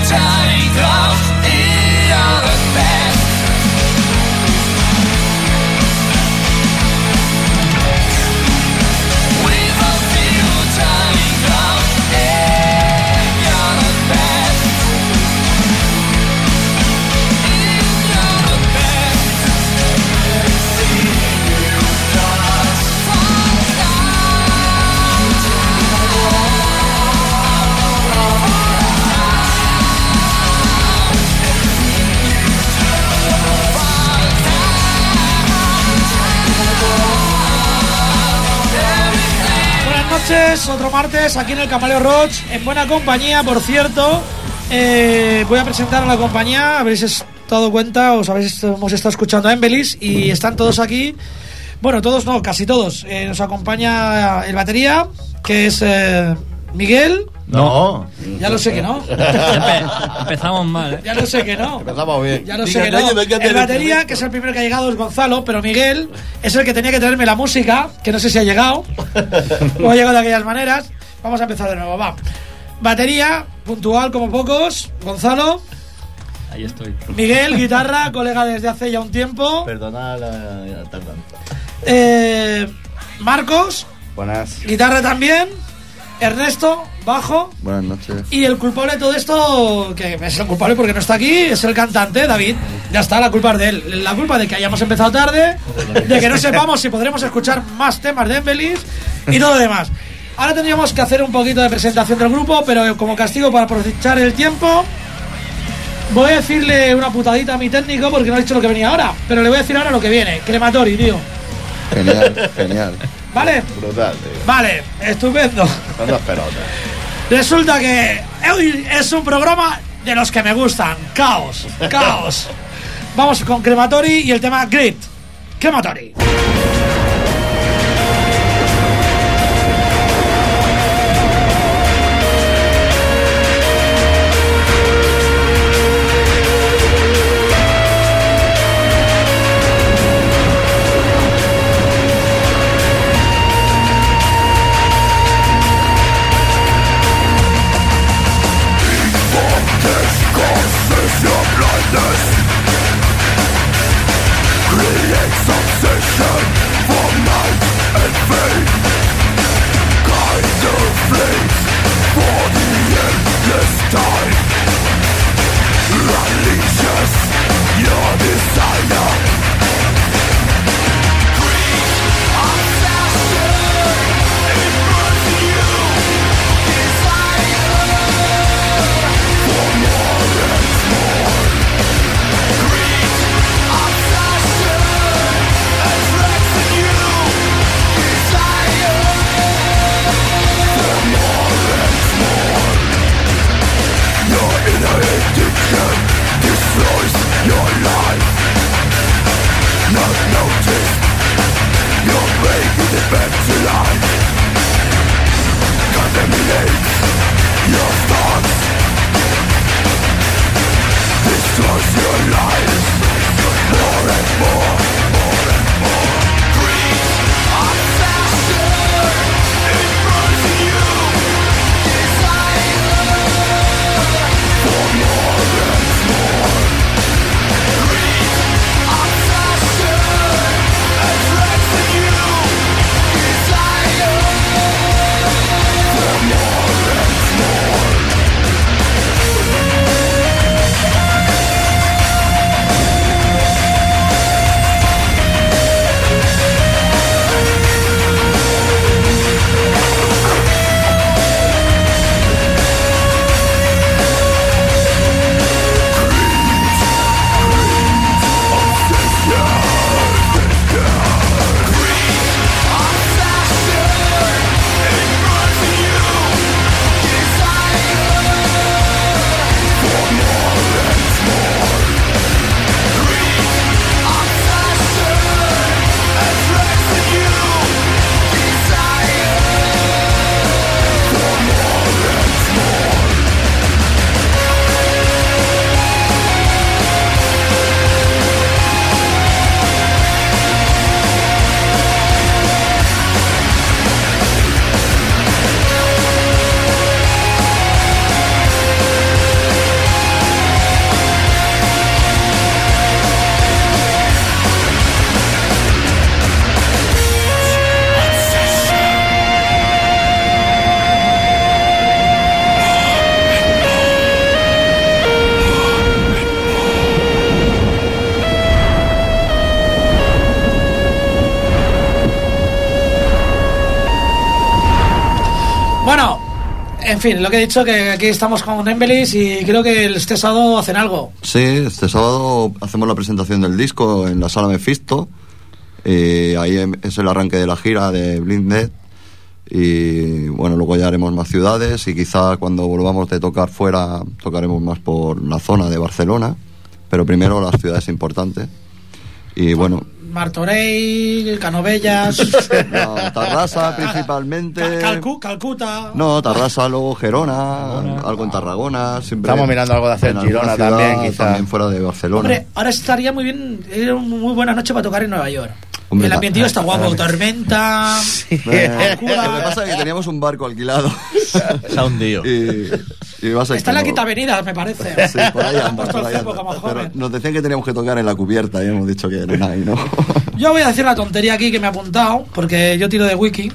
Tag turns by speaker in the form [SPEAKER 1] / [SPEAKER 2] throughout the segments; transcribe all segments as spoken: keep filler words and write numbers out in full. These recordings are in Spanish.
[SPEAKER 1] Otro martes aquí en el Camaleo Roach, en buena compañía, por cierto. Eh, voy a presentar a la compañía. Habréis dado cuenta, os habéis, hemos estado escuchando a Embellis y están todos aquí. Bueno, todos no, casi todos. Eh, nos acompaña el batería, que es eh, Miguel.
[SPEAKER 2] No,
[SPEAKER 1] ya lo sé que no.
[SPEAKER 3] Empe- empezamos mal, ¿eh?
[SPEAKER 1] Ya lo sé que no.
[SPEAKER 2] Empezamos bien.
[SPEAKER 1] Ya lo sé que no. El batería, que es el primero que ha llegado, es Gonzalo, pero Miguel es el que tenía que traerme la música, que no sé si ha llegado. O ha llegado de aquellas maneras. Vamos a empezar de nuevo, va. Batería, puntual como pocos. Gonzalo.
[SPEAKER 3] Ahí estoy.
[SPEAKER 1] Miguel, guitarra, colega desde hace ya un tiempo.
[SPEAKER 2] Perdona la, la tardanza.
[SPEAKER 1] Eh, Marcos.
[SPEAKER 2] Buenas.
[SPEAKER 1] Guitarra también. Ernesto, bajo.
[SPEAKER 2] Buenas noches.
[SPEAKER 1] Y el culpable de todo esto, que es el culpable porque no está aquí, es el cantante, David. Ya está, la culpa es de él. La culpa de que hayamos empezado tarde, de que no sepamos si podremos escuchar más temas de Embellis y todo lo demás. Ahora tendríamos que hacer un poquito de presentación del grupo, pero como castigo para aprovechar el tiempo, voy a decirle una putadita a mi técnico porque no ha dicho lo que venía ahora. Pero le voy a decir ahora lo que viene. Crematory, tío.
[SPEAKER 2] Genial, genial.
[SPEAKER 1] ¿Vale?
[SPEAKER 2] Brutal, tío.
[SPEAKER 1] Vale, estupendo.
[SPEAKER 2] Son las pelotas.
[SPEAKER 1] Resulta que hoy es un programa de los que me gustan. Caos, caos. Vamos con Crematory y el tema Grit. Crematory.
[SPEAKER 4] Creates obsession.
[SPEAKER 1] En fin, lo que he dicho, que aquí estamos con Embellis y creo que este sábado hacen algo.
[SPEAKER 2] Sí, este sábado hacemos la presentación del disco en la Sala Mephisto. Y ahí es el arranque de la gira de Blind Dead. Y bueno, luego ya haremos más ciudades y quizá cuando volvamos de tocar fuera tocaremos más por la zona de Barcelona, pero primero las ciudades importantes. Y bueno,
[SPEAKER 1] Martorell, Canovelles,
[SPEAKER 2] no, Tarrasa principalmente.
[SPEAKER 1] Cal- Calcu- Calcuta.
[SPEAKER 2] No, Tarrasa, luego Gerona, algo en Tarragona. Siempre
[SPEAKER 4] Estamos mirando algo de hacer en Girona
[SPEAKER 2] alguna ciudad,
[SPEAKER 4] también, quizá.
[SPEAKER 2] También fuera de Barcelona.
[SPEAKER 1] Hombre, ahora estaría muy bien, era una muy buena noche para tocar en Nueva York.
[SPEAKER 2] Hombre,
[SPEAKER 1] el ambientillo está guapo, tormenta.
[SPEAKER 2] Eh,
[SPEAKER 1] locura.
[SPEAKER 2] Lo que pasa es que teníamos un barco alquilado.
[SPEAKER 5] Se ha hundido.
[SPEAKER 2] y, y va a ser
[SPEAKER 1] Está en la
[SPEAKER 2] que no-
[SPEAKER 1] Quinta Avenida, me parece.
[SPEAKER 2] Sí, por ahí anda,
[SPEAKER 1] Puesto
[SPEAKER 2] por
[SPEAKER 1] el
[SPEAKER 2] ahí
[SPEAKER 1] cepo
[SPEAKER 2] anda.
[SPEAKER 1] como
[SPEAKER 2] Pero
[SPEAKER 1] joven.
[SPEAKER 2] nos decían que teníamos que tocar en la cubierta y hemos dicho que no hay, ¿no?
[SPEAKER 1] Yo voy a decir la tontería aquí que me he apuntado, porque yo tiro de wiki.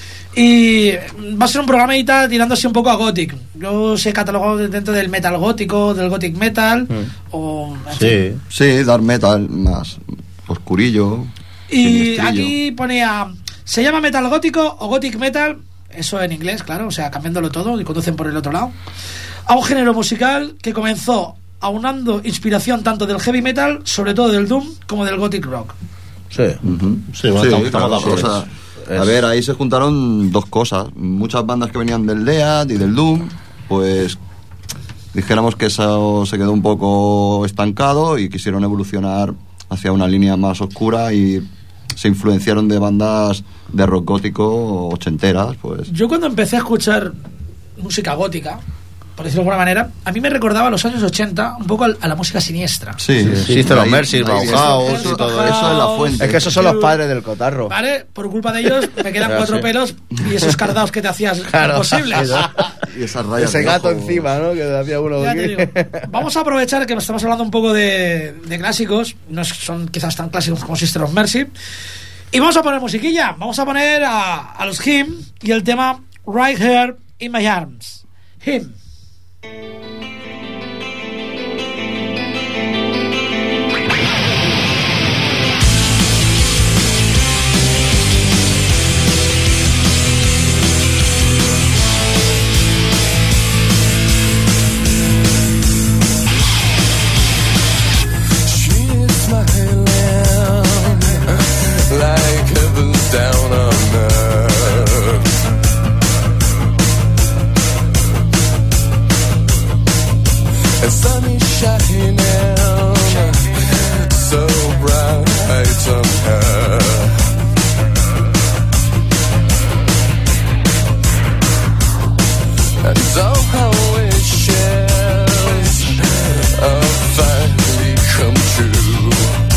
[SPEAKER 1] Y va a ser un programita tirándose un poco a gothic. Yo sé catalogado dentro del metal gótico, del gothic metal. O, en fin.
[SPEAKER 5] Sí.
[SPEAKER 2] Sí, dark metal más oscurillo.
[SPEAKER 1] Y
[SPEAKER 2] sinistrillo.
[SPEAKER 1] aquí ponía, se llama metal gótico o gothic metal, eso en inglés, claro, o sea, cambiándolo todo y conducen por el otro lado, a un género musical que comenzó aunando inspiración tanto del heavy metal, sobre todo del doom, como del gothic rock.
[SPEAKER 4] Sí.
[SPEAKER 2] Ujú.
[SPEAKER 5] Sí, bueno, estamos- estamos de acuerdo.
[SPEAKER 2] o sea,
[SPEAKER 4] Es-
[SPEAKER 2] a ver, ahí se juntaron dos cosas. Muchas bandas que venían del Death y del Doom, pues dijéramos que eso se quedó un poco estancado y quisieron evolucionar hacia una línea más oscura y se influenciaron de bandas de rock gótico ochenteras, pues.
[SPEAKER 1] Yo cuando empecé a escuchar música gótica, por decirlo de alguna manera, a mí me recordaba a los años ochenta un poco a la música siniestra.
[SPEAKER 2] Sí,
[SPEAKER 4] Existen los
[SPEAKER 2] ahí-
[SPEAKER 4] Mercy,
[SPEAKER 2] ahí-
[SPEAKER 4] Bauhaus
[SPEAKER 2] eso,
[SPEAKER 1] y todo.
[SPEAKER 2] eso es la fuente.
[SPEAKER 4] Es que esos son los padres del cotarro.
[SPEAKER 1] ¿Vale? Por culpa de ellos me quedan
[SPEAKER 4] Claro,
[SPEAKER 1] cuatro
[SPEAKER 4] sí.
[SPEAKER 1] pelos y esos cardados que te hacías
[SPEAKER 4] Claro,
[SPEAKER 1] imposibles.
[SPEAKER 4] sí, ¿no?
[SPEAKER 2] Y esas rayas
[SPEAKER 4] Ese
[SPEAKER 2] de
[SPEAKER 4] gato
[SPEAKER 2] ojo.
[SPEAKER 4] encima, ¿no? Que hacía uno
[SPEAKER 1] Ya
[SPEAKER 4] aquí.
[SPEAKER 1] te digo. Vamos a aprovechar que estamos hablando un poco de, de clásicos, no son quizás tan clásicos como Sister of Mercy, y vamos a poner musiquilla. Vamos a poner a, a los Him y el tema Right Here in My Arms. Him.
[SPEAKER 6] She's smiling like heaven's down on earth. And sun is shining so bright on her. And all her wishes are finally come true.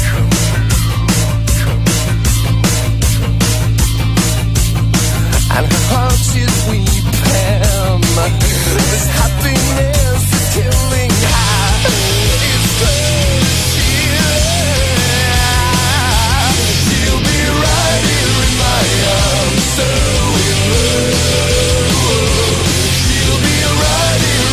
[SPEAKER 6] And her heart is weeping. This happiness is killing her. It's good. She'll be right here in my arms, so in love. She'll be right here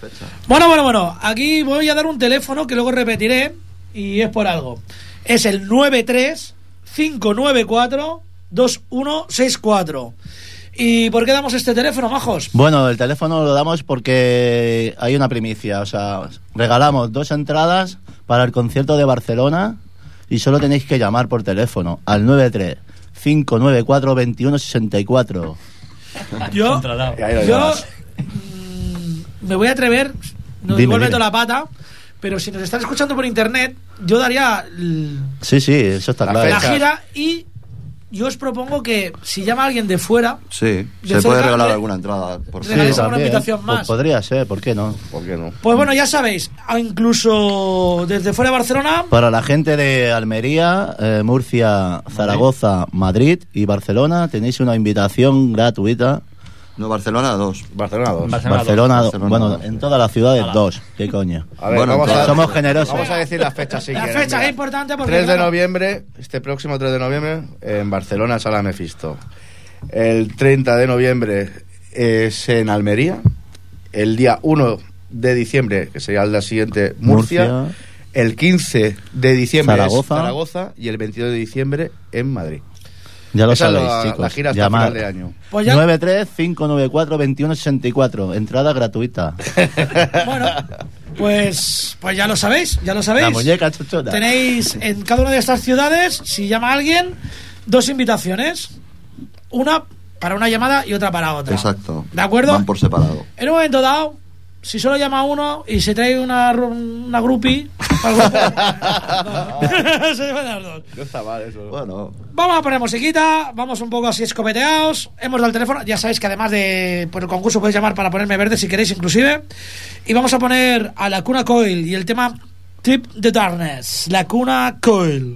[SPEAKER 1] Bueno, bueno, bueno. Aquí voy a dar un teléfono que luego repetiré y es por algo. Es el nueve tres cinco nueve cuatro dos uno seis cuatro. ¿Y por qué damos este teléfono, majos?
[SPEAKER 4] Bueno, el teléfono lo damos porque hay una primicia. O sea, regalamos dos entradas para el concierto de Barcelona y solo tenéis que llamar por teléfono al nueve tres cinco nueve cuatro dos uno seis cuatro.
[SPEAKER 1] Yo,
[SPEAKER 3] Contratado.
[SPEAKER 4] Y ahí lo
[SPEAKER 1] yo
[SPEAKER 4] llevas.
[SPEAKER 1] mm, me voy a atrever, no
[SPEAKER 4] Dime,
[SPEAKER 1] igual
[SPEAKER 4] dime.
[SPEAKER 1] meto la pata, pero si nos están escuchando por internet, yo daría l-
[SPEAKER 4] Sí, sí, eso está
[SPEAKER 5] La
[SPEAKER 4] claro.
[SPEAKER 1] la
[SPEAKER 5] fecha.
[SPEAKER 1] gira y yo os propongo que si llama alguien de fuera,
[SPEAKER 2] Sí,
[SPEAKER 1] De
[SPEAKER 2] se puede
[SPEAKER 1] cerca,
[SPEAKER 2] regalar
[SPEAKER 1] eh,
[SPEAKER 2] alguna entrada. Por
[SPEAKER 1] regalamos
[SPEAKER 2] sí.
[SPEAKER 1] alguna
[SPEAKER 4] también.
[SPEAKER 1] invitación más.
[SPEAKER 4] Pues podría ser, ¿por qué no?
[SPEAKER 5] ¿Por qué no?
[SPEAKER 1] pues bueno, ya sabéis, a incluso desde fuera de Barcelona,
[SPEAKER 4] Para la gente de Almería, eh, Murcia, Zaragoza, Madrid y Barcelona tenéis una invitación gratuita.
[SPEAKER 2] No, Barcelona, dos.
[SPEAKER 5] Barcelona dos.
[SPEAKER 3] Barcelona.
[SPEAKER 4] Barcelona,
[SPEAKER 2] Barcelona.
[SPEAKER 4] bueno, en todas las ciudades
[SPEAKER 3] Ala.
[SPEAKER 4] dos. ¿Qué coño?
[SPEAKER 5] A ver,
[SPEAKER 2] Bueno,
[SPEAKER 5] vamos a,
[SPEAKER 4] somos generosos.
[SPEAKER 5] Vamos a decir las fechas si
[SPEAKER 1] la
[SPEAKER 5] quieren,
[SPEAKER 1] fecha que
[SPEAKER 5] mira.
[SPEAKER 1] es importante porque
[SPEAKER 5] tres de
[SPEAKER 1] claro,
[SPEAKER 5] noviembre, este próximo tres de noviembre, en Barcelona, Sala Mefisto. El treinta de noviembre es en Almería. El día uno de diciembre, que sería el día siguiente, Murcia.
[SPEAKER 4] Murcia.
[SPEAKER 5] El quince de diciembre
[SPEAKER 4] Zaragoza.
[SPEAKER 5] es Zaragoza. Y el veintidós de diciembre en Madrid.
[SPEAKER 4] Ya lo
[SPEAKER 5] Esa es
[SPEAKER 4] sabéis,
[SPEAKER 5] la,
[SPEAKER 4] chicos.
[SPEAKER 5] la gira hasta
[SPEAKER 4] Llamar.
[SPEAKER 5] final de año.
[SPEAKER 1] pues ya,
[SPEAKER 4] nueve tres cinco nueve cuatro dos uno seis cuatro. Entrada gratuita.
[SPEAKER 1] bueno, pues pues ya lo sabéis, ya lo sabéis.
[SPEAKER 4] La muñeca chochona.
[SPEAKER 1] Tenéis en cada una de estas ciudades, si llama alguien, dos invitaciones. Una para una llamada y otra para otra.
[SPEAKER 2] Exacto.
[SPEAKER 1] ¿De acuerdo?
[SPEAKER 2] Van por separado.
[SPEAKER 1] En un momento dado, si solo llama uno y se trae una, ru- una groupie, al grupo, no, se llevan las dos.
[SPEAKER 5] No está mal eso.
[SPEAKER 2] Bueno,
[SPEAKER 1] Vamos a poner musiquita, vamos un poco así escopeteados. Hemos dado el teléfono, ya sabéis que además de por el concurso podéis llamar para ponerme verde si queréis inclusive. Y vamos a poner a la Cuna Coil y el tema Trip the Darkness, la Cuna Coil.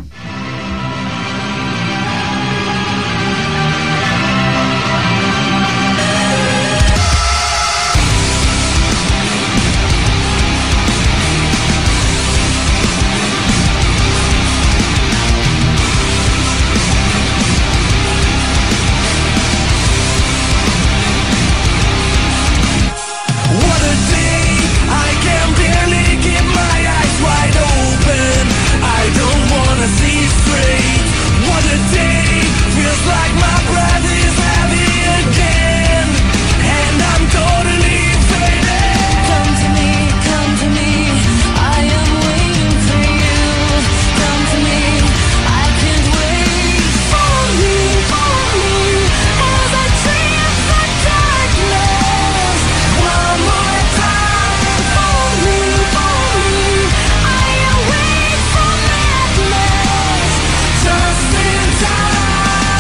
[SPEAKER 6] What a day! I can barely keep my eyes wide open. I don't wanna see straight. What a day! Feels like my breath is heavy again, and I'm totally faded.
[SPEAKER 7] Come to me, come to me, I am waiting for you. Come to me, I can't wait. Follow me, follow me, as I trip the darkness.
[SPEAKER 6] One more time.
[SPEAKER 7] Follow me, follow me, I am waiting for madness.
[SPEAKER 6] Just in time.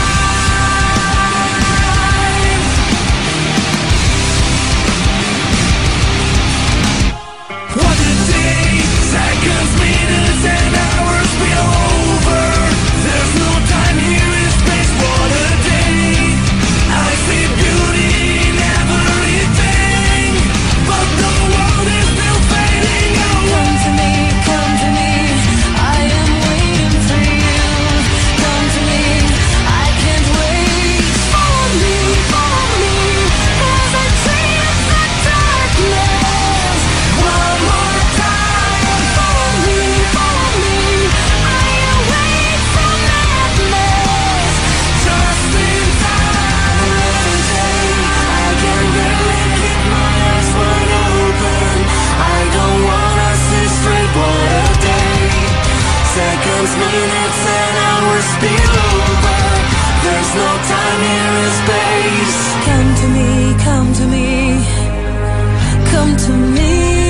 [SPEAKER 6] What a day! Seconds, minutes, and hours feel over. There's no time here in space. What a day! I see beauty in everything, but the world is still fading
[SPEAKER 7] Come
[SPEAKER 6] away.
[SPEAKER 7] to me, come to me, I am waiting for you. Come to me, I can't wait. Follow me, follow me, as I trip the darkness.
[SPEAKER 6] One more time.
[SPEAKER 7] Follow me, follow me, I am waiting for madness.
[SPEAKER 6] Just in time.
[SPEAKER 7] I can barely keep my eyes wide open. I don't wanna see straight. What a day!
[SPEAKER 6] Seconds, minutes, and hours feel over. There's no time here in space.
[SPEAKER 7] Come to me, come to me, come to me.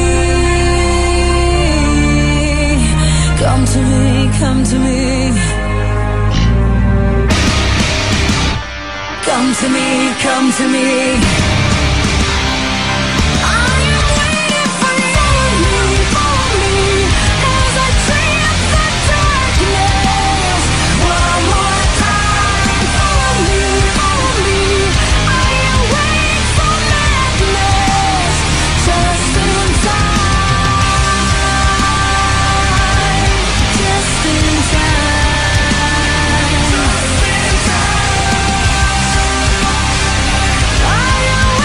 [SPEAKER 7] Come to me, come to me. Come to me, come to me. I am waiting for you. Follow me, follow me, as I trip the darkness.
[SPEAKER 6] One more time.
[SPEAKER 7] Follow me, follow me, I am waiting for madness. Just in time, just in time. I am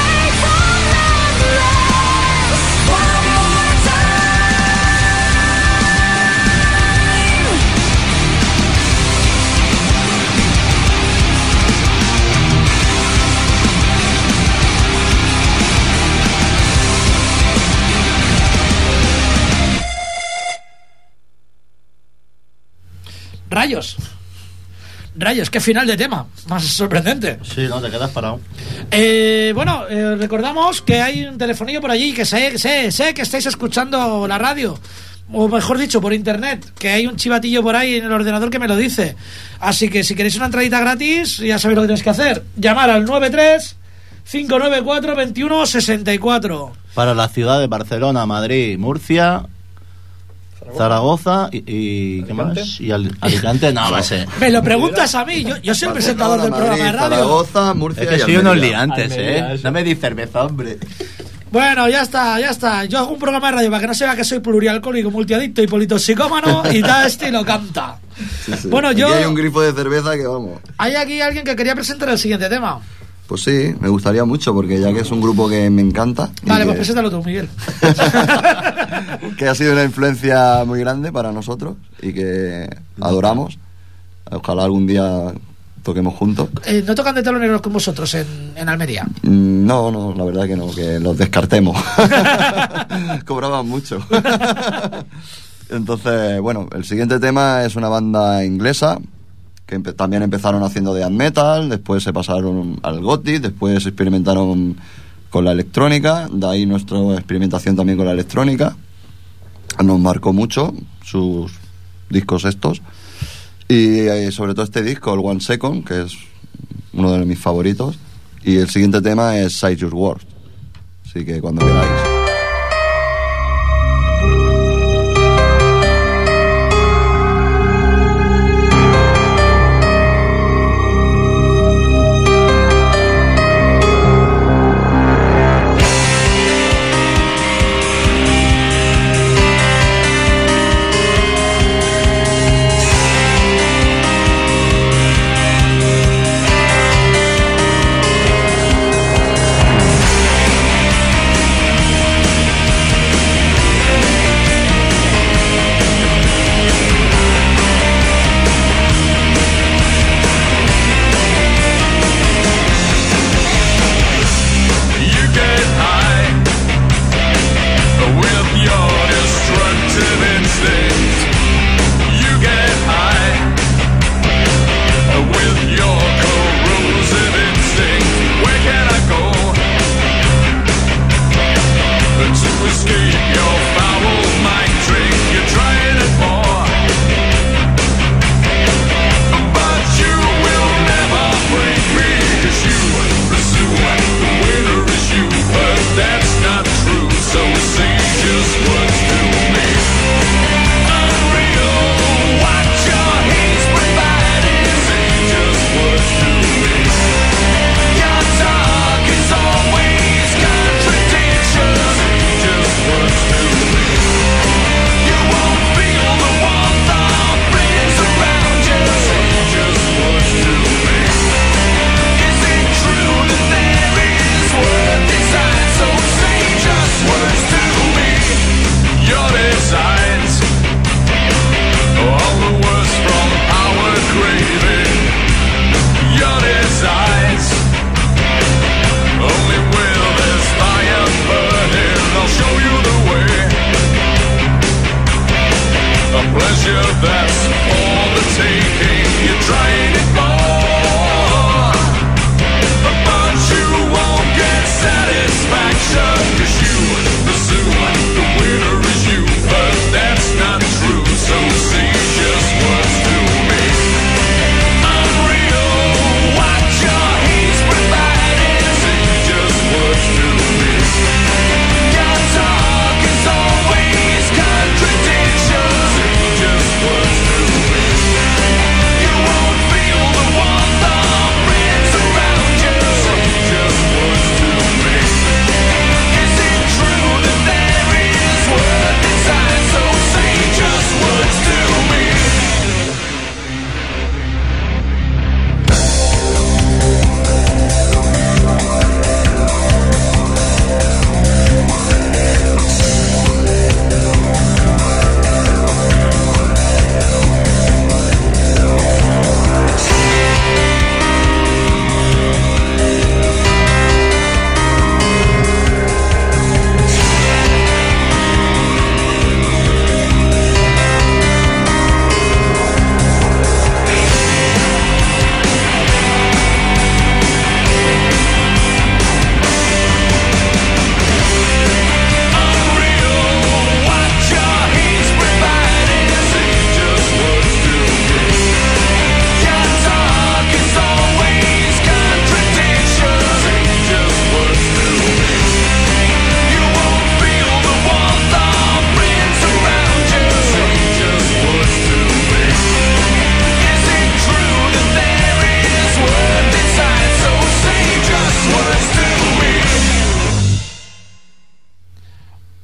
[SPEAKER 1] Rayos. Rayos, qué final de tema. Más sorprendente.
[SPEAKER 4] Sí, no, te quedas parado.
[SPEAKER 1] Eh, bueno, eh, recordamos que hay un telefonillo por allí, que sé, sé, sé que estáis escuchando la radio, o mejor dicho, por internet, que hay un chivatillo por ahí en el ordenador que me lo dice. Así que si queréis una entradita gratis, ya sabéis lo que tenéis que hacer. Llamar al nueve tres cinco nueve cuatro dos uno seis cuatro.
[SPEAKER 4] Para las ciudades de Barcelona, Madrid, Murcia, Zaragoza y, y ¿qué más? Y Al- Alicante, no, va a ser.
[SPEAKER 1] Me lo preguntas a mí, yo, yo soy el presentador del
[SPEAKER 2] Madrid,
[SPEAKER 1] programa de radio.
[SPEAKER 2] Zaragoza, Murcia
[SPEAKER 4] Es que
[SPEAKER 2] y
[SPEAKER 4] soy unos
[SPEAKER 2] Almería.
[SPEAKER 4] liantes,
[SPEAKER 3] Almería,
[SPEAKER 4] ¿eh?
[SPEAKER 3] eso.
[SPEAKER 4] No me di cerveza, hombre.
[SPEAKER 1] Bueno, ya está, ya está. Yo hago un programa de radio para que no se vea que soy plurialcohólico, multiadicto y politoxicómano y da este lo canta.
[SPEAKER 2] Sí, sí.
[SPEAKER 1] Bueno,
[SPEAKER 2] Aquí
[SPEAKER 1] yo...
[SPEAKER 2] hay un grifo de cerveza que vamos.
[SPEAKER 1] Hay aquí alguien que quería presentar el siguiente tema.
[SPEAKER 2] Pues sí, me gustaría mucho porque ya que es un grupo que me encanta. y
[SPEAKER 1] Vale, pues
[SPEAKER 2] que-
[SPEAKER 1] preséntalo tú, Miguel.
[SPEAKER 2] que ha sido una influencia muy grande para nosotros y que adoramos. Ojalá algún día toquemos juntos.
[SPEAKER 1] Eh, ¿No tocan de teloneros con vosotros en, en Almería?
[SPEAKER 2] Mm, No, no, la verdad que no, que los descartemos. Cobraban mucho. Entonces, bueno, el siguiente tema es una banda inglesa que empe- también empezaron haciendo death metal, después se pasaron al gothic, después experimentaron con la electrónica, de ahí nuestra experimentación también con la electrónica. Nos marcó mucho sus discos estos. Y eh, sobre todo este disco, el One Second, que es uno de mis favoritos. Y el siguiente tema es Size Your Words. Así que cuando queráis.
[SPEAKER 6] Size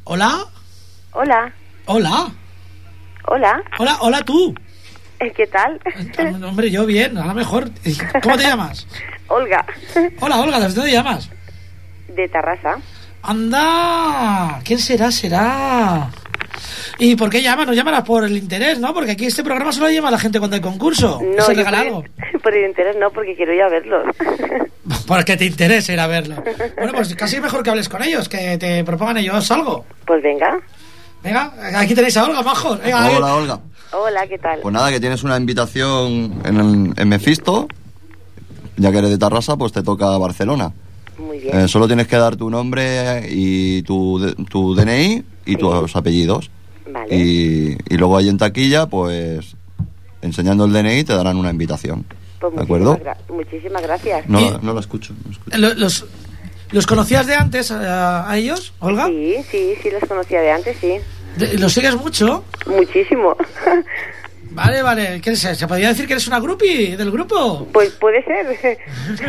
[SPEAKER 1] Hola.
[SPEAKER 8] Hola,
[SPEAKER 1] Hola.
[SPEAKER 8] hola,
[SPEAKER 1] Hola, hola tú.
[SPEAKER 8] eh, ¿qué tal?
[SPEAKER 1] Ah, Hombre, yo bien, a lo mejor. ¿Cómo te llamas?
[SPEAKER 8] Olga,
[SPEAKER 1] Hola, Olga, ¿desde dónde llamas?
[SPEAKER 8] de Tarrasa.
[SPEAKER 1] Anda, ¿quién será? Será. ¿Y por qué llamas? No llamarás por el interés, ¿no? Porque aquí este programa solo llama a la gente cuando hay concurso.
[SPEAKER 8] No,
[SPEAKER 1] ¿Se
[SPEAKER 8] yo
[SPEAKER 1] regala
[SPEAKER 8] por,
[SPEAKER 1] algo?
[SPEAKER 8] el, por el interés no, porque quiero ir a verlos.
[SPEAKER 1] Porque te interesa ir a verlo. Bueno, pues casi mejor que hables con ellos, que te propongan ellos algo.
[SPEAKER 8] Pues venga.
[SPEAKER 1] Venga, aquí tenéis a Olga, majos. Venga,
[SPEAKER 2] Hola, Olga.
[SPEAKER 8] Hola, ¿qué tal?
[SPEAKER 2] Pues nada, que tienes una invitación en, el, en Mephisto. Ya que eres de Tarrasa, pues te toca Barcelona.
[SPEAKER 8] Muy bien.
[SPEAKER 2] Eh, solo tienes que dar tu nombre y tu, de- tu D N I y
[SPEAKER 8] Sí.
[SPEAKER 2] tus apellidos.
[SPEAKER 8] Vale.
[SPEAKER 2] Y, y luego ahí en taquilla, pues enseñando el D N I te darán una invitación.
[SPEAKER 8] Pues
[SPEAKER 2] ¿De acuerdo?
[SPEAKER 8] muchísimas, gra- muchísimas gracias.
[SPEAKER 2] No,
[SPEAKER 1] Y-
[SPEAKER 2] no lo escucho. no escucho.
[SPEAKER 1] Lo- Los, ¿Los conocías de antes a, a ellos, Olga?
[SPEAKER 8] Sí, sí, sí, los conocía de antes, sí.
[SPEAKER 1] De- ¿Los sigues mucho?
[SPEAKER 8] Muchísimo.
[SPEAKER 1] Vale, vale. ¿Qué es? ¿Se podría decir que eres una groupie del grupo?
[SPEAKER 8] Pues puede ser.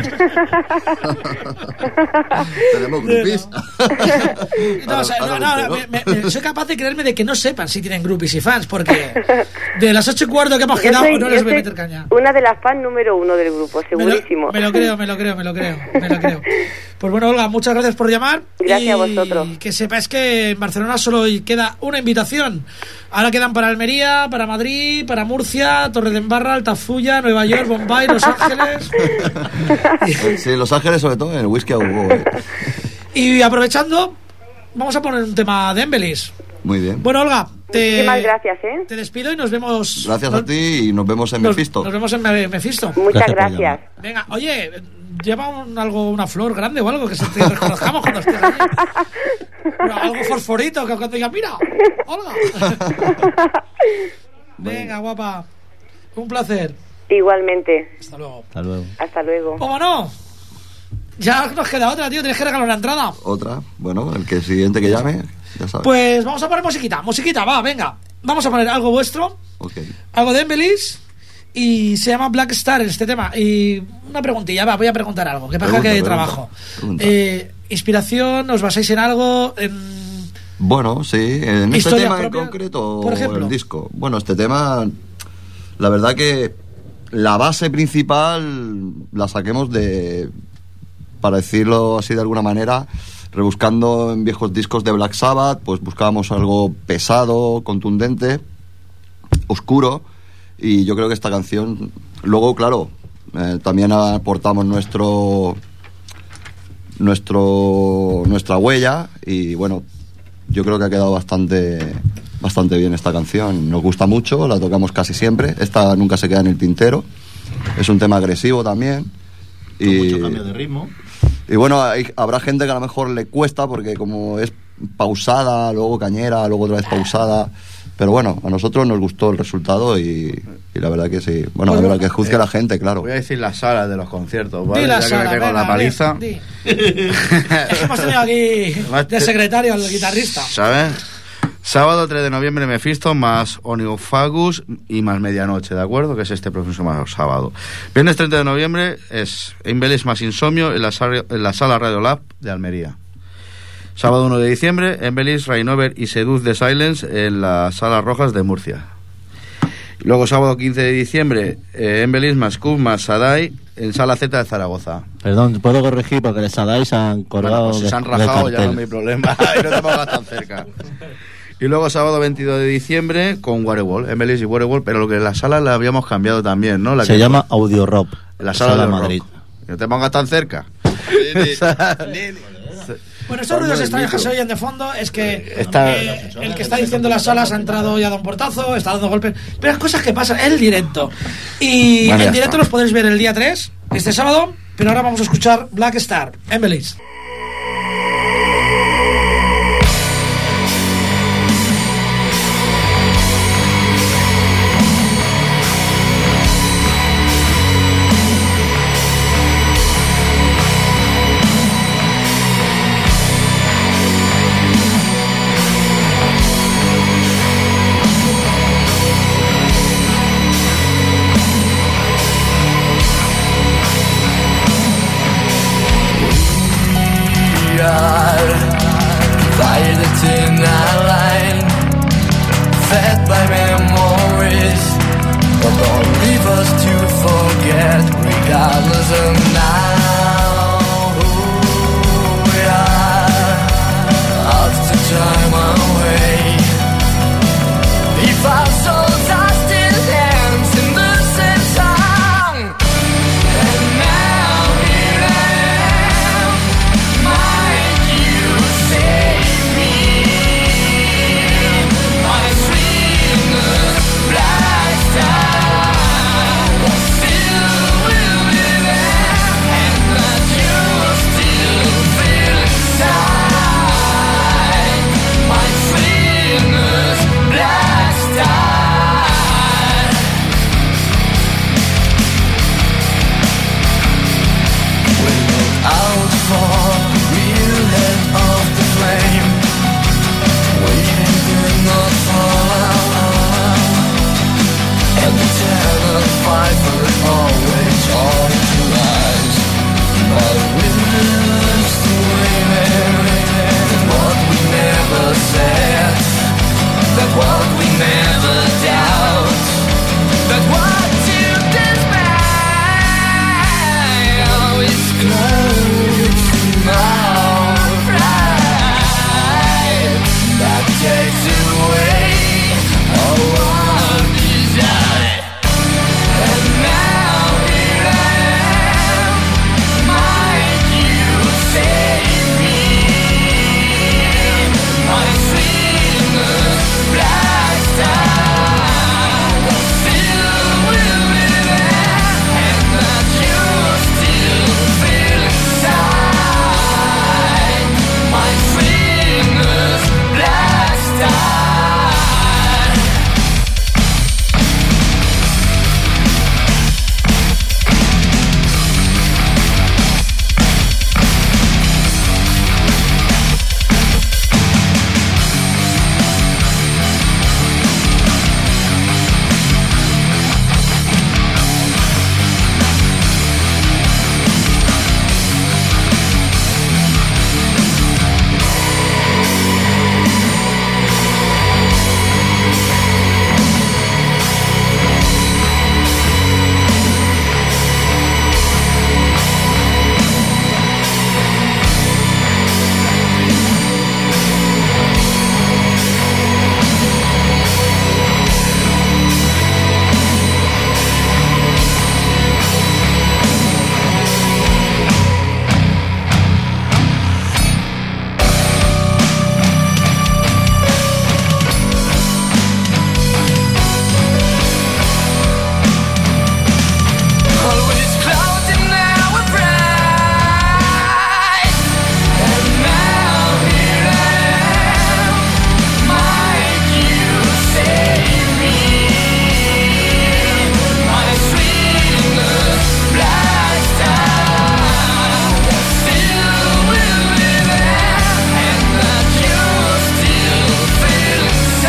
[SPEAKER 2] Tenemos groupies.
[SPEAKER 1] No, o sea, no, no, no, me- me- me- soy capaz de creerme de que no sepan si tienen groupies y fans, porque de las ocho y cuarto que hemos
[SPEAKER 8] Yo
[SPEAKER 1] quedado
[SPEAKER 8] soy-
[SPEAKER 1] no
[SPEAKER 8] yo
[SPEAKER 1] les voy a
[SPEAKER 8] soy
[SPEAKER 1] meter caña.
[SPEAKER 8] una de las fans número uno del grupo,
[SPEAKER 1] Me lo,
[SPEAKER 8] segurísimo.
[SPEAKER 1] me lo creo, me lo creo, me lo creo, me lo creo. Pues bueno, Olga, muchas gracias por llamar.
[SPEAKER 8] Gracias
[SPEAKER 1] y
[SPEAKER 8] a vosotros.
[SPEAKER 1] Que sepáis que en Barcelona solo queda una invitación. Ahora quedan para Almería, para Madrid, para Murcia, Torredembarra, Altafulla, Nueva York, Bombay, Los Ángeles.
[SPEAKER 2] Sí, Los Ángeles sobre todo en el whisky a Hugo. eh.
[SPEAKER 1] Y aprovechando, vamos a poner un tema de Embellis.
[SPEAKER 2] Muy bien.
[SPEAKER 1] Bueno, Olga, te,
[SPEAKER 8] Muchísimas gracias, ¿eh?
[SPEAKER 1] te despido y nos vemos.
[SPEAKER 2] Gracias
[SPEAKER 1] nos-
[SPEAKER 2] a ti y nos vemos en
[SPEAKER 1] nos,
[SPEAKER 2] Mephisto.
[SPEAKER 1] nos vemos en Me- Mephisto.
[SPEAKER 8] Muchas
[SPEAKER 4] Gracias por
[SPEAKER 8] gracias.
[SPEAKER 4] llamar.
[SPEAKER 1] Venga, oye, lleva un, algo, una flor grande o algo que se te reconozcamos cuando estés allí. Pero algo fosforito que cuando diga, mira, Olga. Venga, guapa. Un placer.
[SPEAKER 8] Igualmente.
[SPEAKER 1] Hasta luego.
[SPEAKER 4] Hasta luego.
[SPEAKER 8] Hasta luego.
[SPEAKER 1] ¿Cómo no? Ya nos queda otra, tío. Tienes que regalar una entrada.
[SPEAKER 2] Otra, bueno, el que siguiente que llame, ya sabes.
[SPEAKER 1] Pues vamos a poner musiquita. Musiquita, va, venga. Vamos a poner algo vuestro.
[SPEAKER 2] Ok.
[SPEAKER 1] Algo de Embellis. Y se llama Black Star este tema. Y una preguntilla, va, voy a preguntar algo. Que pasa
[SPEAKER 2] Pregunta,
[SPEAKER 1] que hay
[SPEAKER 2] pregunta,
[SPEAKER 1] trabajo.
[SPEAKER 2] pregunta.
[SPEAKER 1] Eh, ¿Inspiración? ¿Os basáis en algo? En...
[SPEAKER 2] Bueno, sí, en este
[SPEAKER 1] ¿Historia
[SPEAKER 2] tema en
[SPEAKER 1] propia,
[SPEAKER 2] concreto,
[SPEAKER 1] por ejemplo?
[SPEAKER 2] el disco. Bueno, este tema, la verdad que la base principal la saquemos de, para decirlo así de alguna manera, rebuscando en viejos discos de Black Sabbath, pues buscábamos algo pesado, contundente, oscuro, y yo creo que esta canción, luego, claro, eh, también aportamos nuestro nuestro nuestra huella y bueno, yo creo que ha quedado bastante bastante bien esta canción. Nos gusta mucho, la tocamos casi siempre. Esta nunca se queda en el tintero. Es un tema agresivo también.
[SPEAKER 4] Con
[SPEAKER 2] Y,
[SPEAKER 4] mucho cambio de ritmo.
[SPEAKER 2] y bueno, hay- habrá gente que a lo mejor le cuesta porque como es pausada, luego cañera, luego otra vez pausada. Pero bueno, a nosotros nos gustó el resultado y, y la verdad que sí. Bueno,
[SPEAKER 1] Pues
[SPEAKER 2] la verdad
[SPEAKER 1] bueno,
[SPEAKER 2] que juzgue la gente, claro.
[SPEAKER 5] Voy a decir las salas de los conciertos, ¿vale?
[SPEAKER 1] Di la
[SPEAKER 5] Ya que
[SPEAKER 1] sala,
[SPEAKER 5] me pego
[SPEAKER 1] venga,
[SPEAKER 5] la paliza.
[SPEAKER 1] di, di. Es que hemos tenido aquí de secretario al guitarrista.
[SPEAKER 5] ¿Sabes? Sábado tres de noviembre Mephisto más Oniofagus y más Medianoche, ¿de acuerdo? Que es este próximo sábado. Viernes treinta de noviembre es Embellis más Insomnio en la, sala, en la sala Radio Lab de Almería. Sábado uno de diciembre, Embellis, Rainover y Seduce the Silence en las salas rojas de Murcia. Y luego sábado quince de diciembre, eh, Embellis más Cub más Sadai en sala Z de Zaragoza.
[SPEAKER 4] Perdón, puedo corregir porque el Sadai se han colgado
[SPEAKER 5] Bueno, pues si
[SPEAKER 4] de-
[SPEAKER 5] se han
[SPEAKER 4] del
[SPEAKER 5] rajado ya
[SPEAKER 4] cartel.
[SPEAKER 5] no hay problema. Y no te pongas tan cerca. Y luego sábado veintidós de diciembre con Warewall, Embellis y Warewall, pero lo que en la sala la habíamos cambiado también, ¿no? La
[SPEAKER 4] Se
[SPEAKER 5] que-
[SPEAKER 4] llama Audio Rock.
[SPEAKER 5] en la sala, de
[SPEAKER 4] Madrid.
[SPEAKER 5] Madrid. No te pongas tan cerca.
[SPEAKER 1] Bueno, estos ruidos extraños que se oyen de fondo es que
[SPEAKER 5] Está-
[SPEAKER 1] eh, el que está diciendo las salas ha entrado y ha dado un portazo, está dando golpes. Pero las cosas que pasan, el directo. Y
[SPEAKER 5] Bueno, ya
[SPEAKER 1] en directo
[SPEAKER 5] está.
[SPEAKER 1] los podéis ver el día tres, este sábado. Pero ahora vamos a escuchar Black Star, Embellis.
[SPEAKER 6] When Lord, leave us to forget, regardless of now who we are. Out to time away. If our souls are still dancing in the same song, and now here I am, might you save me? My sweetness, black star, still will be there, and that you still feel inside. My sweetness, black star. We look out for the real head of the flame, waiting did not fall, and the terror fight will always on to rise. But witness the waiting, that what we never said, that what we never doubt, that what you despair is close to my pride, that takes away all our desire. And now here I am, might you save me? My sweetness, black star, still will be there, and that you still feel inside. My sweetness, black star. Always clouding our pride, and now here I am, might you save me? My sweetness, black star, still will be there, and that you still feel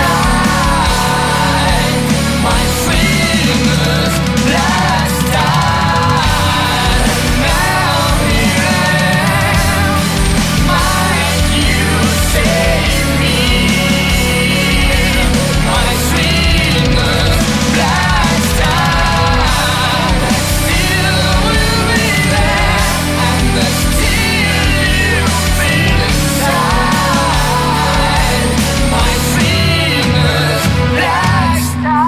[SPEAKER 6] inside. My sweetness, black star. Now here I am, might you save me? My sweetness, black star, still will be there, and that still you feel inside. My sweetness, black star.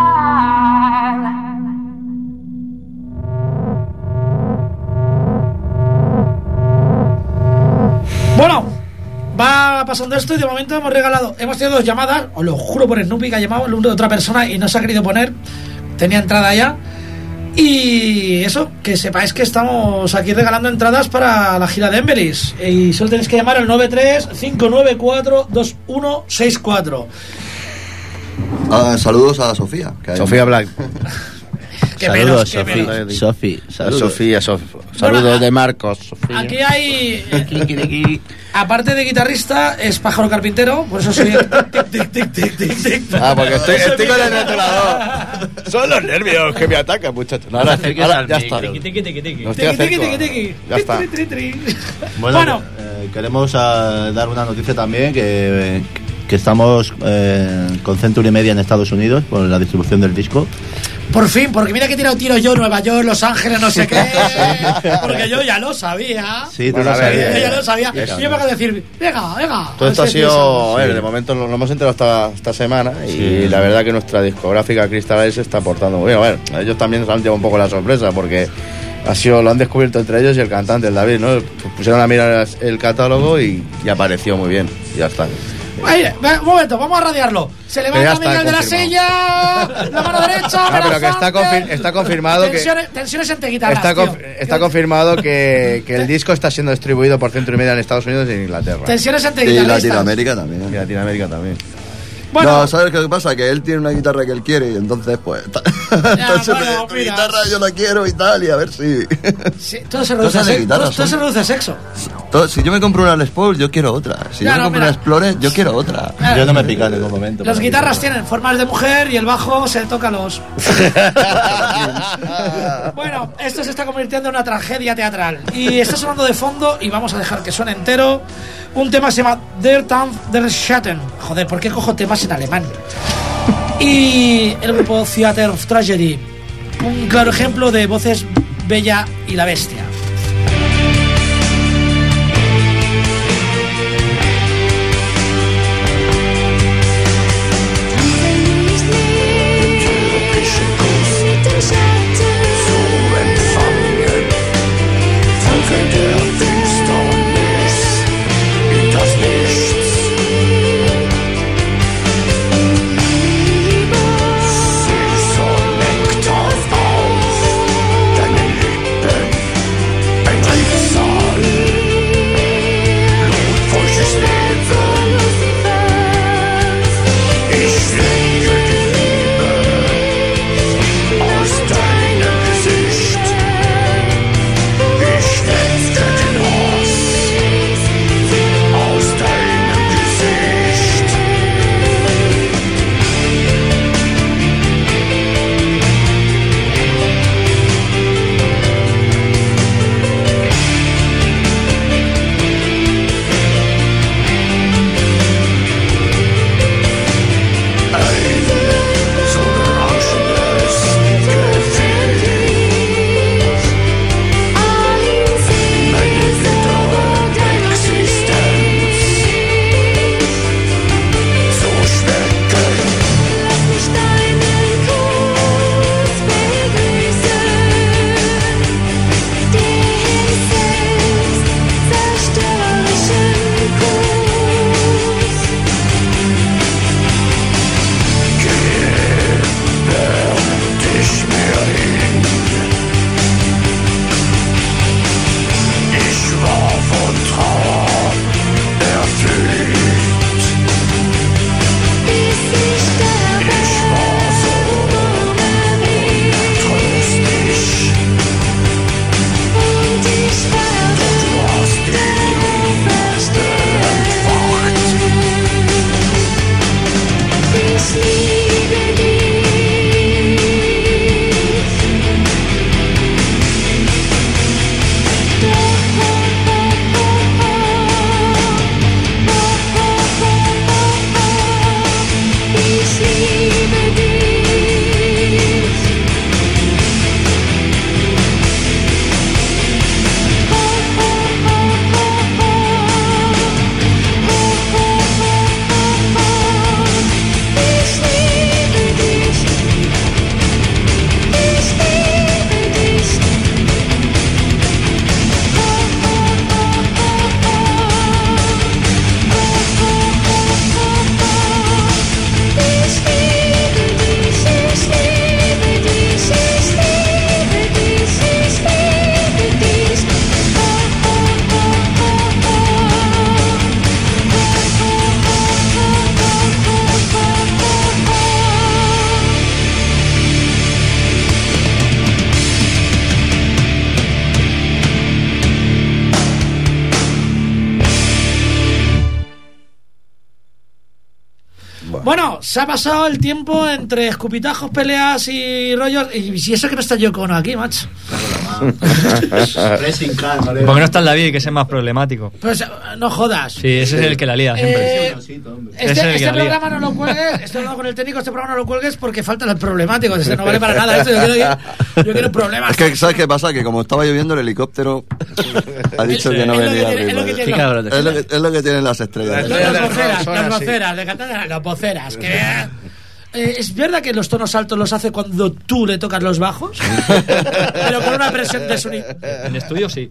[SPEAKER 1] Bueno, va pasando esto y de momento hemos regalado, hemos tenido dos llamadas, os lo juro por Snoopy que ha llamado el uno de otra persona y no se ha querido poner, tenía entrada ya. Y eso, que sepáis que estamos aquí regalando entradas para la gira de Emberis. Y solo tenéis que llamar al nueve tres cinco nueve cuatro dos uno seis cuatro.
[SPEAKER 2] Ah, saludos a Sofía. Que hay-
[SPEAKER 5] Sofía Black.
[SPEAKER 1] Qué
[SPEAKER 4] Saludos,
[SPEAKER 1] menos, qué
[SPEAKER 4] Sofi.
[SPEAKER 1] menos.
[SPEAKER 4] Sofi, saludos.
[SPEAKER 5] Sofía, Sof- saludos
[SPEAKER 1] Bueno,
[SPEAKER 5] de Marcos. Sofía.
[SPEAKER 1] Aquí hay, eh, aparte de guitarrista, es pájaro carpintero, por eso soy el tic, tic, tic, tic, tic, tic.
[SPEAKER 5] Ah, porque estoy,
[SPEAKER 1] Eso
[SPEAKER 5] estoy
[SPEAKER 1] es
[SPEAKER 5] con el
[SPEAKER 1] mi-
[SPEAKER 5] rotulador. Son los nervios que me atacan, muchachos. No, ahora, ahora ya está.
[SPEAKER 3] Tiqui, tiqui, tiqui, tiqui.
[SPEAKER 5] No estoy
[SPEAKER 1] Tiqui, tiqui,
[SPEAKER 5] acerco.
[SPEAKER 1] tiqui, tiqui.
[SPEAKER 5] Ya está.
[SPEAKER 1] Tri, tri, tri, tri.
[SPEAKER 4] Bueno,
[SPEAKER 1] Bueno.
[SPEAKER 4] eh, queremos ah, dar una noticia también que, que estamos eh, con Century Media en Estados Unidos por la distribución del disco.
[SPEAKER 1] Por fin, porque mira que he tirado tiro yo, Nueva York, Los Ángeles, no sé qué. Porque yo ya lo sabía.
[SPEAKER 4] Sí, tú
[SPEAKER 5] Bueno,
[SPEAKER 4] lo
[SPEAKER 5] a ver,
[SPEAKER 4] sabías.
[SPEAKER 1] Yo ya lo sabía.
[SPEAKER 5] Ya,
[SPEAKER 1] Y yo me acabo de decir, venga, venga.
[SPEAKER 5] Todo esto
[SPEAKER 1] a
[SPEAKER 5] ha
[SPEAKER 1] ver si
[SPEAKER 5] sido, a ver,
[SPEAKER 4] Sí.
[SPEAKER 5] de momento lo, lo hemos enterado esta, esta semana y
[SPEAKER 4] Sí.
[SPEAKER 5] la verdad que nuestra discográfica Crystal Eyes se está portando muy bien. A ver, ellos también nos han llevado un poco la sorpresa porque ha sido, lo han descubierto entre ellos y el cantante, el David, ¿no? Pusieron a mirar el catálogo y, y apareció muy bien. Y ya está.
[SPEAKER 1] Oye, ve- un momento, vamos a radiarlo. Se
[SPEAKER 5] ya
[SPEAKER 1] levanta
[SPEAKER 5] está
[SPEAKER 1] Miguel de la
[SPEAKER 5] confirmado.
[SPEAKER 1] silla, la mano derecha,
[SPEAKER 5] Ah, pero que
[SPEAKER 1] amenazante.
[SPEAKER 5] está confir- está confirmado que-
[SPEAKER 1] tensiones, Tensiones entre guitarras,
[SPEAKER 5] Está,
[SPEAKER 1] tío.
[SPEAKER 5] conf- está confirmado que, que el disco está siendo distribuido por Centro y Media en Estados Unidos y en Inglaterra.
[SPEAKER 1] Tensiones entre
[SPEAKER 2] Y
[SPEAKER 1] guitarristas.
[SPEAKER 2] Latinoamérica
[SPEAKER 5] Y
[SPEAKER 2] también.
[SPEAKER 5] Latinoamérica también.
[SPEAKER 1] Bueno,
[SPEAKER 2] No, ¿sabes qué pasa? Que él tiene una guitarra que él quiere y entonces, pues. entonces,
[SPEAKER 1] bueno,
[SPEAKER 2] tu
[SPEAKER 1] mira.
[SPEAKER 2] guitarra yo la quiero y tal, y a ver si.
[SPEAKER 1] sí, todo se reduce a
[SPEAKER 2] Cosas de
[SPEAKER 1] sexo.
[SPEAKER 2] guitarra
[SPEAKER 1] Todo, todo
[SPEAKER 2] son-
[SPEAKER 1] se reduce a sexo.
[SPEAKER 2] Todo- si yo me compro una Les Paul, yo quiero otra. Si
[SPEAKER 1] Ya,
[SPEAKER 2] yo me
[SPEAKER 1] no,
[SPEAKER 2] compro
[SPEAKER 1] mira.
[SPEAKER 2] una Explorer, yo quiero otra.
[SPEAKER 1] Claro.
[SPEAKER 4] Yo no me pica en ningún momento.
[SPEAKER 1] Las
[SPEAKER 4] por
[SPEAKER 1] guitarras
[SPEAKER 4] aquí.
[SPEAKER 1] tienen formas de mujer y el bajo se toca los. Bueno, esto se está convirtiendo en una tragedia teatral. Y está sonando de fondo y vamos a dejar que suene entero. Un tema que se llama Der Tanz der Schatten. Joder, ¿por qué cojo temas en alemán? Y el grupo Theater of Tragedy. Un claro ejemplo de voces Bella y la Bestia. Bueno, se ha pasado el tiempo entre escupitajos, peleas y rollos. Y si eso que no está Yoko Ono aquí, macho.
[SPEAKER 4] Racing car, ¿vale?
[SPEAKER 3] Porque no está el David, que es el más problemático.
[SPEAKER 1] Pues eh, no jodas.
[SPEAKER 3] Sí, ese es el que la lía siempre.
[SPEAKER 1] Eh,
[SPEAKER 3] Ese es
[SPEAKER 1] Este,
[SPEAKER 3] el que
[SPEAKER 1] este
[SPEAKER 3] la lía.
[SPEAKER 1] programa no lo cuelgues, este programa con el técnico, este programa no lo cuelgues porque faltan los problemáticos. Este no vale para nada. Esto yo quiero, yo quiero problemas.
[SPEAKER 2] Es que, ¿sabes qué pasa? Que como estaba lloviendo, el helicóptero ha dicho que no
[SPEAKER 1] Es lo que
[SPEAKER 2] venía
[SPEAKER 1] tiene- es lo
[SPEAKER 2] arriba.
[SPEAKER 1] que tiene
[SPEAKER 4] Sí,
[SPEAKER 1] los-
[SPEAKER 4] cabrón.
[SPEAKER 2] Es lo que, es lo que tienen las estrellas.
[SPEAKER 1] Los,
[SPEAKER 5] Las
[SPEAKER 1] los voceras,
[SPEAKER 5] son
[SPEAKER 1] las
[SPEAKER 5] así.
[SPEAKER 1] voceras, de Cataluña, las voceras. Que, eh, ¿es verdad que los tonos altos los hace cuando tú le tocas los bajos? Pero con una presión desuniforme.
[SPEAKER 3] En estudio sí.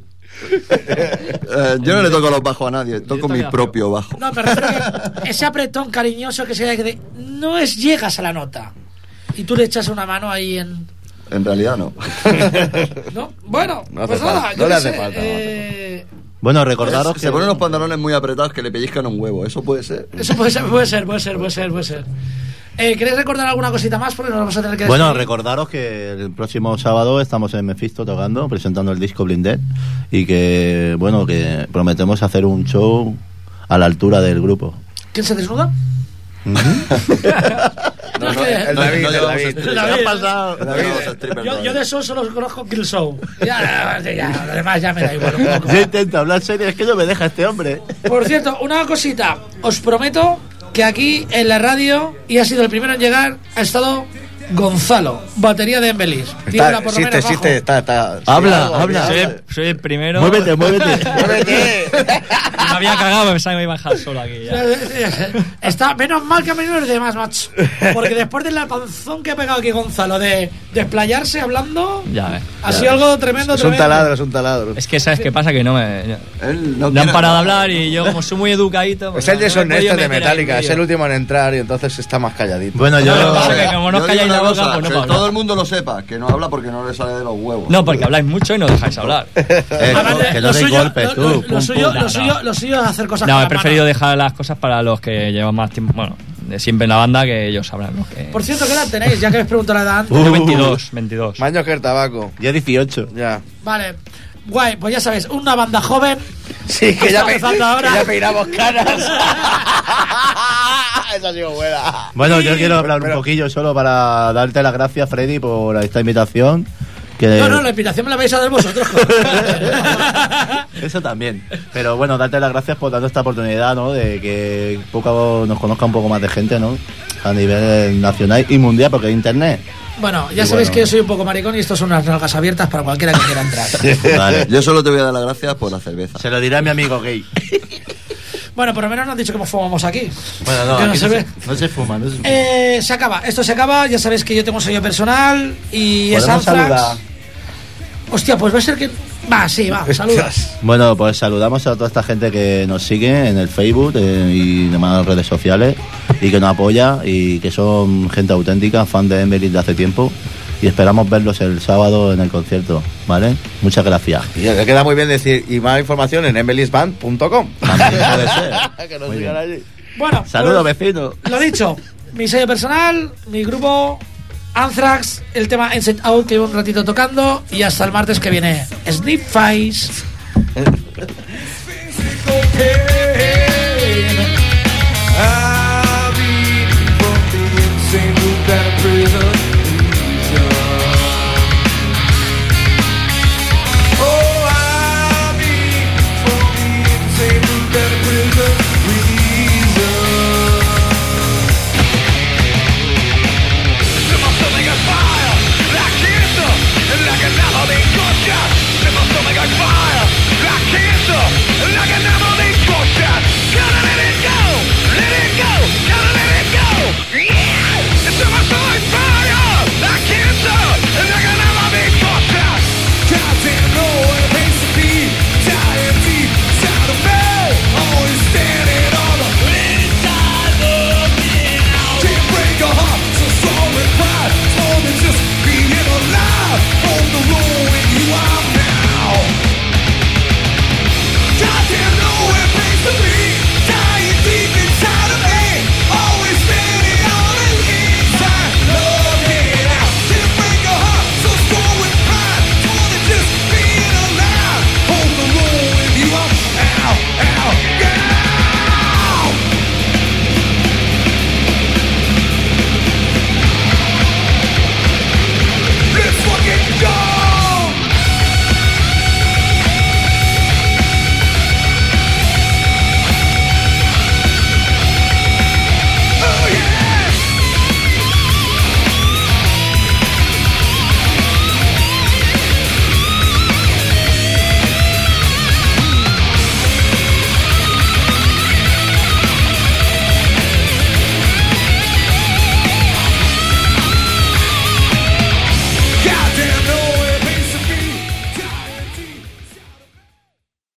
[SPEAKER 2] Eh, yo no le toco los bajos a nadie, toco mi
[SPEAKER 3] también
[SPEAKER 2] propio bajo.
[SPEAKER 1] No, pero refiero que ese apretón cariñoso que se da que de- no es llegas a la nota. Y tú le echas una mano ahí en...
[SPEAKER 2] En realidad no.
[SPEAKER 1] ¿No? Bueno,
[SPEAKER 5] No hace
[SPEAKER 1] pues nada,
[SPEAKER 5] falta,
[SPEAKER 1] yo
[SPEAKER 5] no le
[SPEAKER 1] qué
[SPEAKER 5] hace
[SPEAKER 1] sé,
[SPEAKER 5] falta, no hace
[SPEAKER 1] eh,
[SPEAKER 4] Bueno, recordaros que...
[SPEAKER 2] Se ponen unos pantalones muy apretados que le pellizcan un huevo, eso puede ser.
[SPEAKER 1] Eso puede ser, puede ser, puede ser, puede ser, puede ser. Eh, ¿Queréis recordar alguna cosita más? Porque nos vamos a tener que
[SPEAKER 4] Bueno,
[SPEAKER 1] despedir.
[SPEAKER 4] recordaros que el próximo sábado estamos en Mephisto tocando, presentando el disco Blinded y que, bueno, que prometemos hacer un show a la altura del grupo.
[SPEAKER 1] ¿Quién se desnuda?
[SPEAKER 5] No, no, el
[SPEAKER 2] No,
[SPEAKER 5] David,
[SPEAKER 2] no
[SPEAKER 5] el
[SPEAKER 2] llevamos
[SPEAKER 5] David.
[SPEAKER 2] strippers.
[SPEAKER 1] David.
[SPEAKER 2] ¿Qué ha pasado? No llevamos strippers
[SPEAKER 1] Yo,
[SPEAKER 2] todavía.
[SPEAKER 1] yo de eso solo conozco Kill Show. Ya, ya, ya, lo demás ya me da igual un poco.
[SPEAKER 4] Yo intento hablar serio, es que no me deja este hombre.
[SPEAKER 1] Por cierto, una cosita. Os prometo que aquí en la radio, y ha sido el primero en llegar, ha estado Gonzalo, batería de Embelis. Tírala por lo
[SPEAKER 5] Existe,
[SPEAKER 1] menos
[SPEAKER 5] existe,
[SPEAKER 1] bajo.
[SPEAKER 5] está, está.
[SPEAKER 4] Habla,
[SPEAKER 5] Sí,
[SPEAKER 4] habla.
[SPEAKER 3] Soy el, soy el primero.
[SPEAKER 4] Muévete, muévete.
[SPEAKER 5] Muévete.
[SPEAKER 3] Me había cagado, pensaba que me iba a dejar solo aquí. Ya.
[SPEAKER 1] Está menos mal que a menos los demás, macho. Porque después del panzón que ha pegado aquí Gonzalo de desplayarse hablando,
[SPEAKER 3] Ya ves.
[SPEAKER 1] ha sido algo tremendo.
[SPEAKER 5] Es un
[SPEAKER 1] tremendo.
[SPEAKER 5] taladro, es un taladro.
[SPEAKER 3] Es que sabes qué pasa, que no me.
[SPEAKER 2] Él no
[SPEAKER 3] Le han
[SPEAKER 2] quiere-
[SPEAKER 3] parado de hablar y yo, como soy muy educadito. pues
[SPEAKER 5] Es el
[SPEAKER 3] no me he
[SPEAKER 5] deshonesto
[SPEAKER 3] podido
[SPEAKER 5] de
[SPEAKER 3] meter ahí
[SPEAKER 5] Metallica,
[SPEAKER 3] en
[SPEAKER 5] es
[SPEAKER 3] medio.
[SPEAKER 5] el último en entrar y entonces está más calladito.
[SPEAKER 4] Bueno,
[SPEAKER 3] No,
[SPEAKER 4] yo...
[SPEAKER 3] lo que pasa es que como no
[SPEAKER 2] Yo
[SPEAKER 3] os calláis
[SPEAKER 2] digo
[SPEAKER 3] la
[SPEAKER 2] una
[SPEAKER 3] boca,
[SPEAKER 2] cosa,
[SPEAKER 3] pues no
[SPEAKER 2] que
[SPEAKER 3] puedo hablar.
[SPEAKER 2] todo el mundo lo sepa, que no habla porque no le sale de los huevos.
[SPEAKER 3] No, porque habláis mucho y no dejáis hablar.
[SPEAKER 4] Eh,
[SPEAKER 1] Además,
[SPEAKER 4] que
[SPEAKER 1] lo
[SPEAKER 4] no deis
[SPEAKER 1] suyo-
[SPEAKER 4] golpes,
[SPEAKER 1] lo-
[SPEAKER 4] tú.
[SPEAKER 1] lo-
[SPEAKER 4] pum,
[SPEAKER 1] Lo suyo,
[SPEAKER 4] pum.
[SPEAKER 1] lo
[SPEAKER 3] No,
[SPEAKER 1] suyo,
[SPEAKER 3] no.
[SPEAKER 1] lo suyo es hacer cosas
[SPEAKER 3] No,
[SPEAKER 1] con
[SPEAKER 3] he
[SPEAKER 1] las
[SPEAKER 3] preferido
[SPEAKER 1] manos.
[SPEAKER 3] dejar las cosas para los que llevan más tiempo. Bueno, de siempre en la banda, que ellos sabrán lo que.
[SPEAKER 1] Por cierto, ¿qué edad tenéis? Ya que habéis preguntado la edad antes.
[SPEAKER 3] Yo
[SPEAKER 4] Uh.
[SPEAKER 3] veintidós, veintidós.
[SPEAKER 5] Maño que el tabaco.
[SPEAKER 4] Ya dieciocho.
[SPEAKER 5] Ya.
[SPEAKER 1] Vale. Guay, pues ya sabes, una banda joven.
[SPEAKER 5] Sí, que ya,
[SPEAKER 1] Está
[SPEAKER 5] pe-
[SPEAKER 1] empezando ahora.
[SPEAKER 5] que ya peinamos caras. Esa ha sido buena.
[SPEAKER 4] Bueno, yo quiero hablar un
[SPEAKER 5] Pero-
[SPEAKER 4] poquillo solo para darte las gracias, Freddy, por esta invitación. Que
[SPEAKER 1] No, no, la invitación me la vais a dar vosotros.
[SPEAKER 4] Eso también. Pero bueno, darte las gracias por darnos esta oportunidad, ¿no? De que poco nos conozca un poco más de gente, ¿no? A nivel nacional y mundial, porque hay internet.
[SPEAKER 1] Bueno, ya
[SPEAKER 4] Y
[SPEAKER 1] sabéis
[SPEAKER 4] bueno.
[SPEAKER 1] que yo soy un poco maricón y estos son unas nalgas abiertas para cualquiera que quiera entrar.
[SPEAKER 4] Vale.
[SPEAKER 2] Yo solo te voy a dar las gracias por la cerveza.
[SPEAKER 4] Se lo diré a mi amigo gay.
[SPEAKER 1] Bueno, por lo menos nos han dicho cómo fumamos aquí.
[SPEAKER 4] Bueno, no,
[SPEAKER 1] Que no
[SPEAKER 4] aquí
[SPEAKER 1] se
[SPEAKER 4] no,
[SPEAKER 1] ve.
[SPEAKER 4] se, no se fuma, no se fuma.
[SPEAKER 1] Eh, se acaba, esto se acaba. Ya sabéis que yo tengo un sello personal y es
[SPEAKER 4] ¿Podemos
[SPEAKER 1] Anthrax.
[SPEAKER 4] saludar?
[SPEAKER 1] Hostia, pues va a ser que. Va, sí, va, saludas.
[SPEAKER 4] Bueno, pues saludamos a toda esta gente que nos sigue en el Facebook eh, y demás redes sociales y que nos apoya y que son gente auténtica, fan de Emily de hace tiempo y esperamos verlos el sábado en el concierto, ¿vale? Muchas gracias.
[SPEAKER 5] Y ya, le queda muy bien decir, y más información en emilysband punto com.
[SPEAKER 4] También puede ser.
[SPEAKER 5] Que nos
[SPEAKER 4] Muy
[SPEAKER 5] sigan
[SPEAKER 4] bien.
[SPEAKER 5] allí.
[SPEAKER 1] Bueno,
[SPEAKER 4] Saludos,
[SPEAKER 1] pues,
[SPEAKER 4] vecino.
[SPEAKER 1] lo dicho, mi sello personal, mi grupo Anthrax, el tema Inside Out que llevo un ratito tocando y hasta el martes que viene Snip Face.
[SPEAKER 6] I